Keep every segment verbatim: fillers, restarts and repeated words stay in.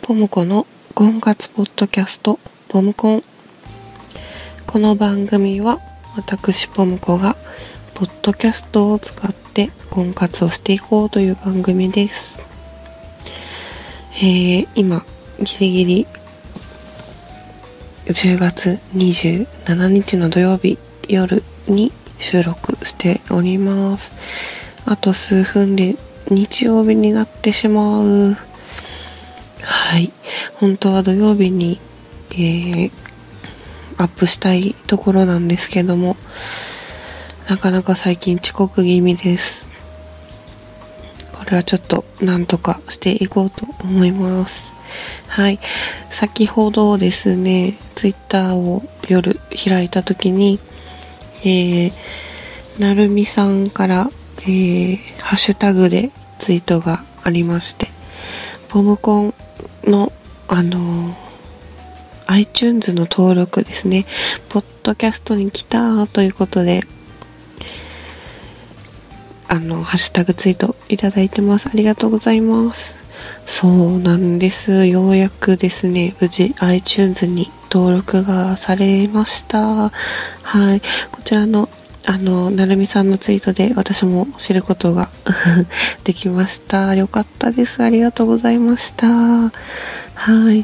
ポムコの婚活ポッドキャストポムコン。この番組は私ポムコがポッドキャストを使って婚活をしていこうという番組です。えー、今ギリギリじゅうがつにじゅうしちにちの土曜日夜に収録しております。あと数分で日曜日になってしまう。はい、本当は土曜日に、えー、アップしたいところなんですけども、なかなか最近遅刻気味です。これはちょっとなんとかしていこうと思います。はい、先ほどですね、ツイッターを夜開いた時に、えー、なるみさんから、えー、ハッシュタグでツイートがありまして、ポムコンのあのー、iTunes の登録ですね、ポッドキャストに来たということで、あのハッシュタグツイートいただいてます。ありがとうございます。そうなんです、ようやくですね、無事 iTunes に登録がされました。はい、こちらのあのなるみさんのツイートで私も知ることができました。よかったです。ありがとうございました。はい、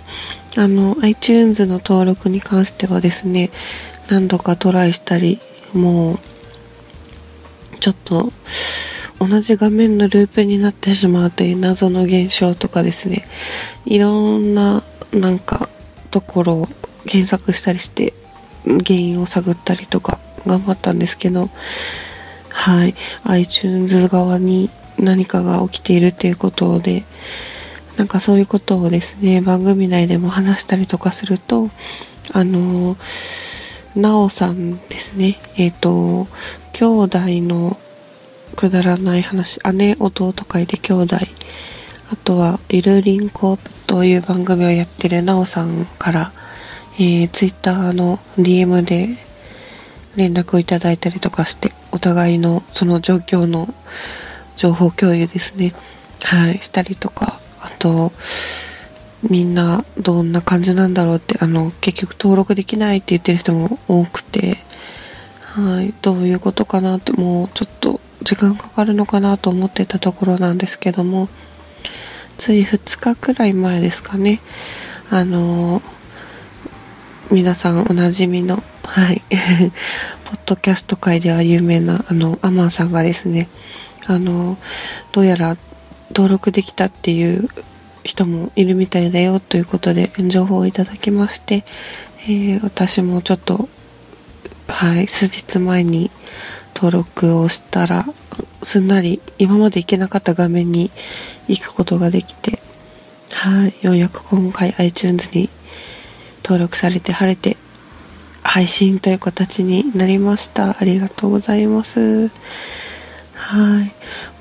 あの iTunes の登録に関してはですね、何度かトライしたり、もうちょっと同じ画面のループになってしまうという謎の現象とかですね、いろんななんかところを検索したりして原因を探ったりとか頑張ったんですけど、はい、iTunes 側に何かが起きているということで、なんかそういうことをですね、番組内でも話したりとかすると、あのなおさんですね、えっと兄弟のくだらない話、姉弟会で兄弟、あとはゆるりんこという番組をやってるなおさんから、えー、ツイッターの ディーエム で連絡をいただいたりとかして、お互いのその状況の情報共有ですね、はい、したりとか、あとみんなどんな感じなんだろうって、あの結局登録できないって言ってる人も多くて、はい、どういうことかなって、もうちょっと時間かかるのかなと思ってたところなんですけども、ついふつかくらい前ですかね、あの皆さんおなじみの、はいポッドキャスト界では有名なあのアマンさんがですね、あのどうやら登録できたっていう人もいるみたいだよということで情報をいただきまして、えー、私もちょっと、はい、数日前に登録をしたらすんなり今まで行けなかった画面に行くことができて、はい、ようやく今回 iTunes に登録されて晴れて配信という形になりました。ありがとうございます。はい、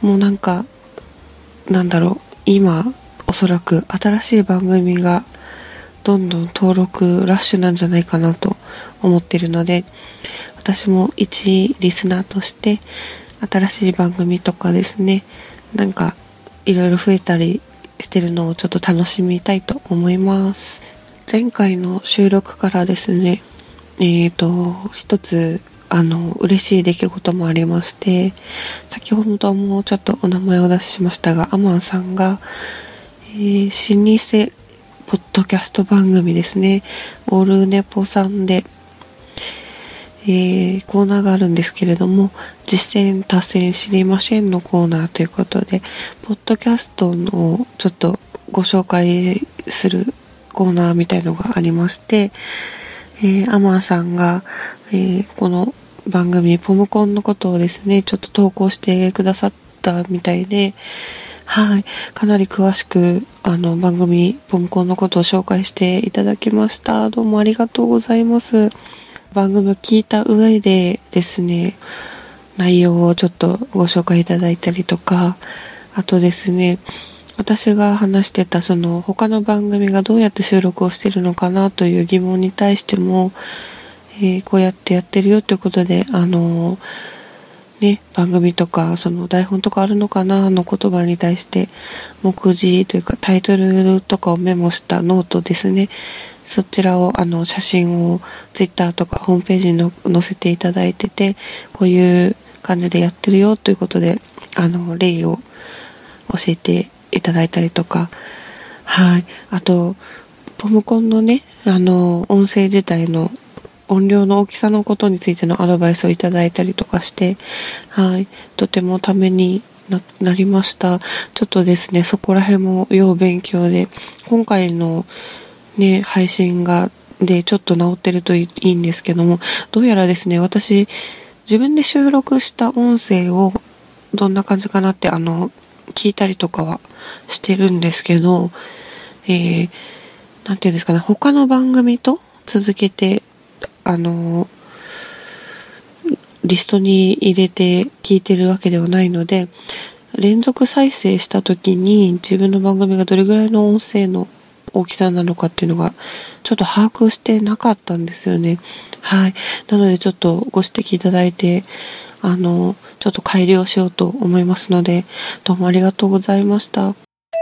もうなんかなんだろう、今おそらく新しい番組がどんどん登録ラッシュなんじゃないかなと思っているので、私も一リスナーとして新しい番組とかですね、なんかいろいろ増えたりしてるのをちょっと楽しみたいと思います。前回の収録からですね、えーと一つあの嬉しい出来事もありまして、先ほどもちょっとお名前を出しましたが、アマンさんが、えー、老舗ポッドキャスト番組ですね、オルネポさんで、えー、コーナーがあるんですけれども、実践達成知りませんのコーナーということで、ポッドキャストのちょっとご紹介するコーナーみたいのがありまして、えー、アマンさんが、えー、この番組ポムコンのことをですね、ちょっと投稿してくださったみたいで、はい、かなり詳しくあの番組ポムコンのことを紹介していただきました。どうもありがとうございます。番組を聞いた上でですね、内容をちょっとご紹介いただいたりとか、あとですね、私が話してたその他の番組がどうやって収録をしているのかなという疑問に対しても、えー、こうやってやってるよということで、あのね、番組とか、その台本とかあるのかなの言葉に対して、目次というかタイトルとかをメモしたノートですね。そちらを、あの、写真をツイッターとかホームページに載せていただいてて、こういう感じでやってるよということで、あの、例を教えていただいたりとか、はい。あと、ポムコンのね、あの、音声自体の音量の大きさのことについてのアドバイスをいただいたりとかして、はい。とてもために な, なりました。ちょっとですね、そこら辺も要勉強で、今回のね、配信が、で、ちょっと治ってるといいんですけども、どうやらですね、私、自分で収録した音声をどんな感じかなって、あの、聞いたりとかはしてるんですけど、えー、なんていうんですかね、他の番組と続けて、あの、リストに入れて聞いてるわけではないので、連続再生した時に自分の番組がどれぐらいの音声の大きさなのかっていうのがちょっと把握してなかったんですよね。はい。なのでちょっとご指摘いただいて、あの、ちょっと改良しようと思いますので、どうもありがとうございました。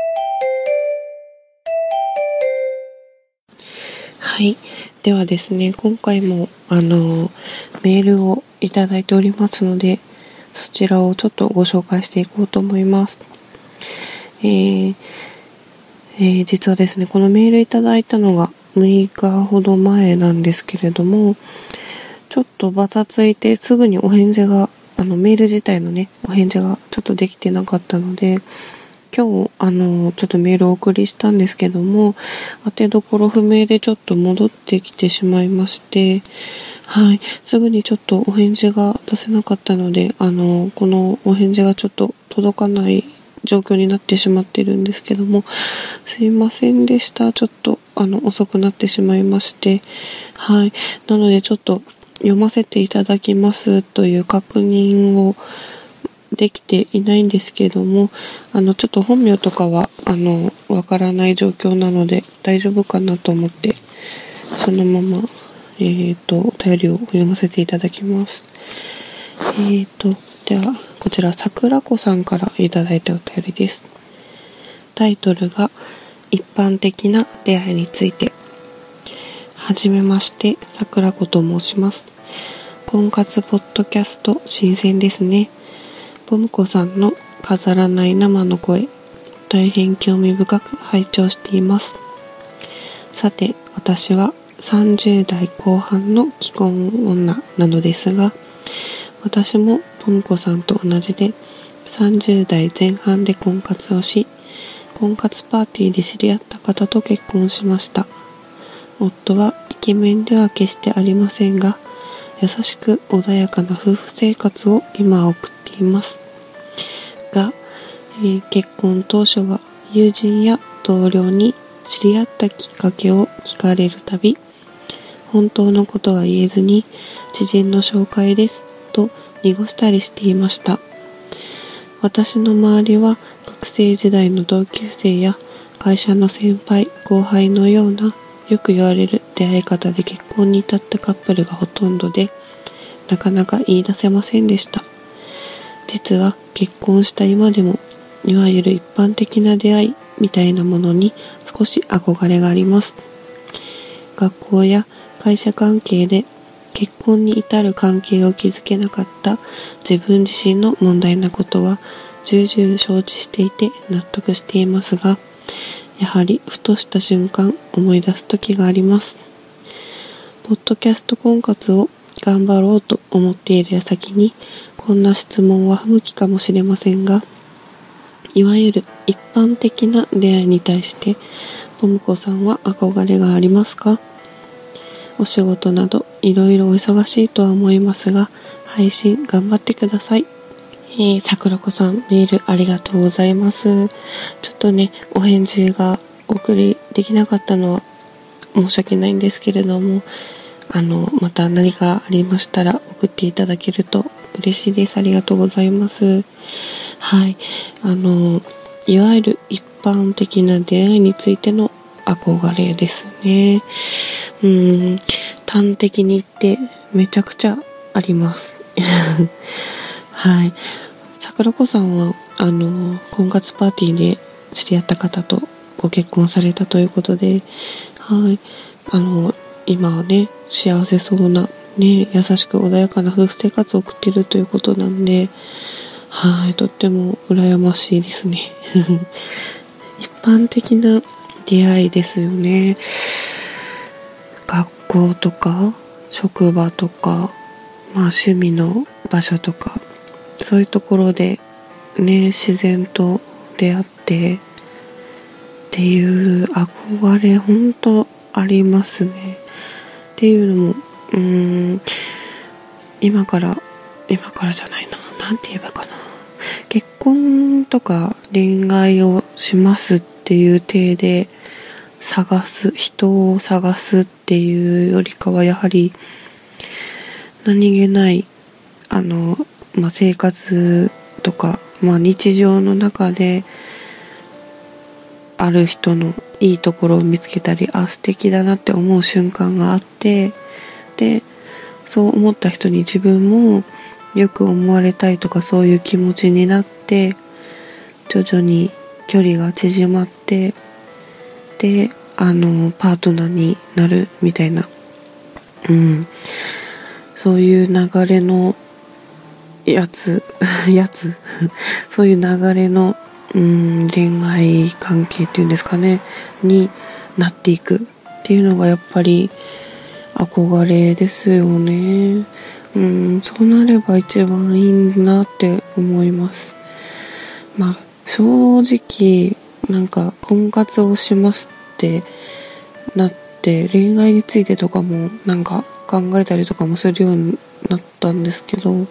はい。ではですね、今回もあの、メールをいただいておりますので、そちらをちょっとご紹介していこうと思います。えーえー、実はですね、このメールいただいたのがむいかほど前なんですけれども、ちょっとバタついてすぐにお返事が、あのメール自体のね、お返事がちょっとできてなかったので、今日、あの、ちょっとメールをお送りしたんですけども、当てどころ不明でちょっと戻ってきてしまいまして、はい、すぐにちょっとお返事が出せなかったので、あの、このお返事がちょっと届かない状況になってしまっているんですけども、すいませんでした。ちょっと、あの、遅くなってしまいまして、はい。なので、ちょっと読ませていただきますという確認をできていないんですけども、あの、ちょっと本名とかは、あの、わからない状況なので、大丈夫かなと思って、そのまま、えっと、お便りを読ませていただきます。えっと、では、こちら、桜子さんからいただいたお便りです。タイトルが、一般的な出会いについて。はじめまして、桜子と申します。婚活ポッドキャスト、新鮮ですね。ポムコさんの飾らない生の声、大変興味深く拝聴しています。さて、私はさんじゅう代後半の既婚女なのですが、私もポムコさんと同じでさんじゅう代前半で婚活をし、婚活パーティーで知り合った方と結婚しました。夫はイケメンでは決してありませんが、優しく穏やかな夫婦生活を今送っていますが、えー、結婚当初は友人や同僚に知り合ったきっかけを聞かれるたび、本当のことは言えずに知人の紹介ですと濁したりしていました。私の周りは学生時代の同級生や会社の先輩後輩のようなよく言われる出会い方で結婚に至ったカップルがほとんどで、なかなか言い出せませんでした。実は結婚した今でも、いわゆる一般的な出会いみたいなものに少し憧れがあります。学校や会社関係で結婚に至る関係を築けなかった自分自身の問題なことは重々承知していて納得していますが、やはりふとした瞬間思い出す時があります。ポッドキャスト婚活を頑張ろうと思っている矢先に、こんな質問は不向きかもしれませんが、いわゆる一般的な出会いに対して、ポムコさんは憧れがありますか？お仕事などいろいろお忙しいとは思いますが、配信頑張ってください。えー、桜子さん、メールありがとうございます。ちょっとね、お返事がお送りできなかったのは申し訳ないんですけれども、あの、また何かありましたら送っていただけると嬉しいです。ありがとうございます。はい。あの、いわゆる一般的な出会いについての憧れですね。うーん、端的に言ってめちゃくちゃあります。 はい。桜子さんは、あの、婚活パーティーで知り合った方とご結婚されたということで、はい。あの、今はね、幸せそうな、ね、優しく穏やかな夫婦生活を送っているということなんで、はい。とっても羨ましいですね。一般的な出会いですよね。学校とか、職場とか、まあ趣味の場所とか、そういうところでね、自然と出会ってっていう憧れ本当ありますね。っていうのも、うーん、今から、今からじゃないな、なんて言えばいいかな。結婚とか恋愛をしますっていう体で探す、人を探すっていうよりかはやはり何気ない、あの、まあ、生活とか、まあ、日常の中である人のいいところを見つけたり、あ、素敵だなって思う瞬間があって、で、そう思った人に自分もよく思われたいとかそういう気持ちになって、徐々に距離が縮まって、で、あの、パートナーになるみたいな、うん、そういう流れのやつ、やつそういう流れの、うん、恋愛関係っていうんですかね、になっていくっていうのがやっぱり憧れですよね。うん、そうなれば一番いいなって思います。まあ、正直、なんか婚活をしますってなって、恋愛についてとかもなんか考えたりとかもするようになったんですけど、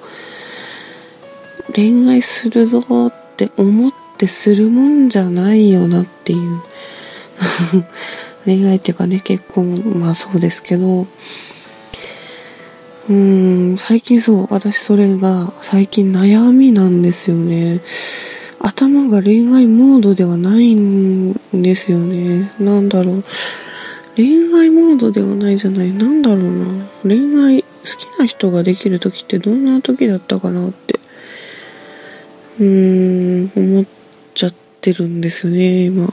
恋愛するぞって思ってするもんじゃないよなっていう恋愛っていうかね、結婚、まあそうですけど、うーん、最近そう、私それが最近悩みなんですよね。頭が恋愛モードではないんですよね。なんだろう。恋愛モードではないじゃない。なんだろうな。恋愛、好きな人ができる時ってどんな時だったかなって。うーん、思っちゃってるんですよね、今。う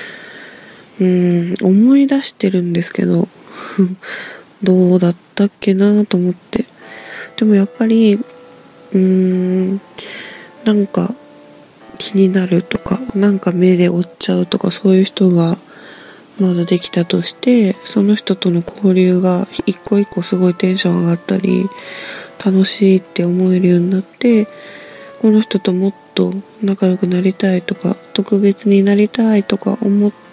ーん、思い出してるんですけど、どうだったっけなと思って。でもやっぱり、うーん、なんか気になるとか、なんか目で追っちゃうとか、そういう人がまだできたとして、その人との交流が一個一個すごいテンション上がったり、楽しいって思えるようになって、この人ともっと仲良くなりたいとか、特別になりたいとか思って、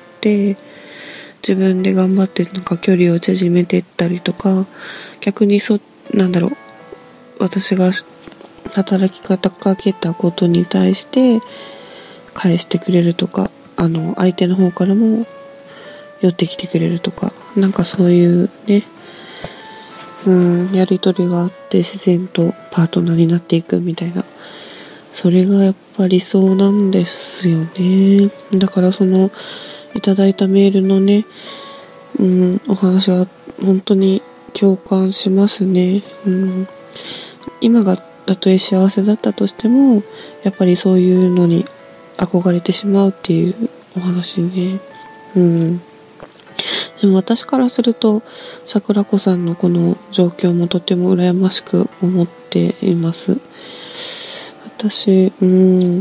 自分で頑張ってなんか距離を縮めていったりとか、逆にそ、なんだろう、私が働き方かけたことに対して返してくれるとか、あの、相手の方からも寄ってきてくれるとか、なんかそういうね、うん、やりとりがあって自然とパートナーになっていくみたいな。それがやっぱりそうなんですよね。だからその、いただいたメールのね、うん、お話は本当に共感しますね。うん、今がたとえ幸せだったとしても、やっぱりそういうのに憧れてしまうっていうお話ね。うん。でも私からすると、桜子さんのこの状況もとても羨ましく思っています。私、うん、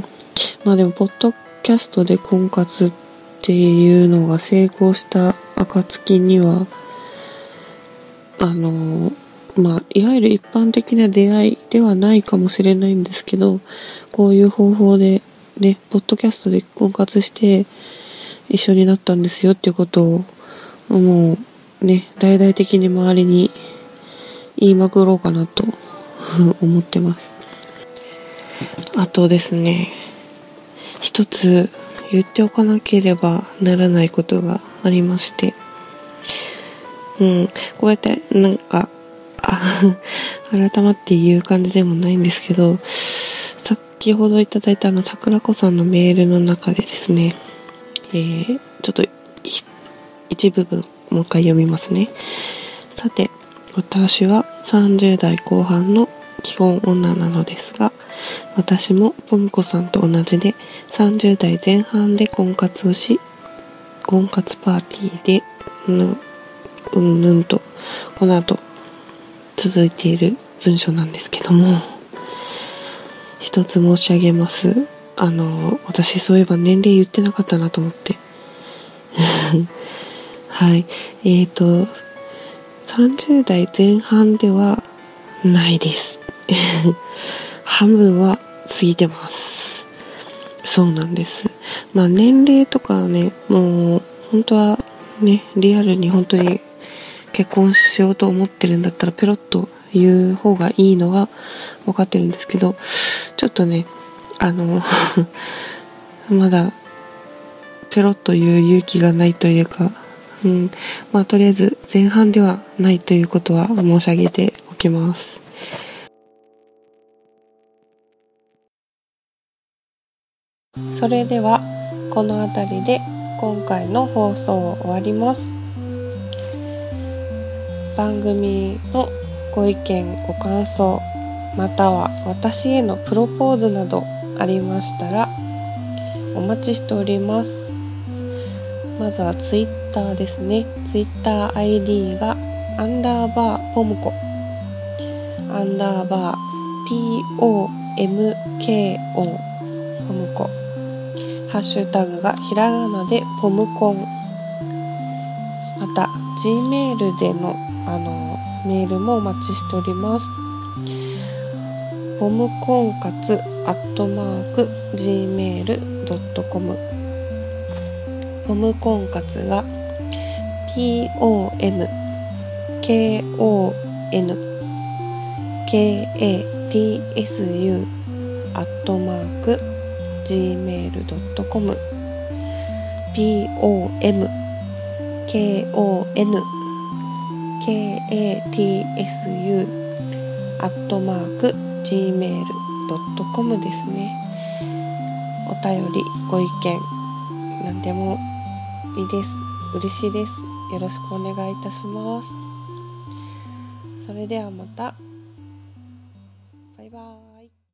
まあでも、ポッドキャストで婚活っていうのが成功した暁には、あの、まあ、いわゆる一般的な出会いではないかもしれないんですけど、こういう方法でね、ポッドキャストで婚活して一緒になったんですよっていうことを、もうね、大々的に周りに言いまくろうかなと思ってます。あとですね、一つ言っておかなければならないことがありまして、うん、こうやってなんか、あ改まって言う感じでもないんですけど、先ほどいただいたあの桜子さんのメールの中でですね、えー、ちょっと一部分もう一回読みますね。さて、私はさんじゅう代後半の既婚女なのですが、 私もポムコさんと同じでさんじゅう代前半で婚活をし、婚活パーティーでぬうんぬんとこの後続いている文章なんですけども、一つ申し上げます。あの私そういえば年齢言ってなかったなと思ってはいえーとさんじゅう代前半ではないです半分は過ぎてます。そうなんです。まあ年齢とかはね、もう本当はね、リアルに本当に結婚しようと思ってるんだったらペロッと言う方がいいのは分かってるんですけど、ちょっとね、あのまだペロッと言う勇気がないというか、うん、まあとりあえず前半ではないということは申し上げておきます。それではこの辺りで今回の放送を終わります。番組のご意見ご感想、または私へのプロポーズなどありましたらお待ちしております。まずはツイッターですね。ツイッター アイディー がアンダーバーポムコアンダーバー ピーオーエムケーオー ポムコ、ハッシュタグがひらがなでポムコン、また Gmail でのあのメールもお待ちしております。ポムコンカツアットマーク ジーメールドットコム、 ポムコンカツが ピーオーエムケーオーエヌケーエーティーエスユー アットマーク ジーメールドットコム、 ピーオーエムケーオーエヌケーエーティーエスユー アットマーク ジーメールドットコム ですね。お便りご意見何でもいいです。嬉しいです。よろしくお願いいたします。それではまた。バイバーイ。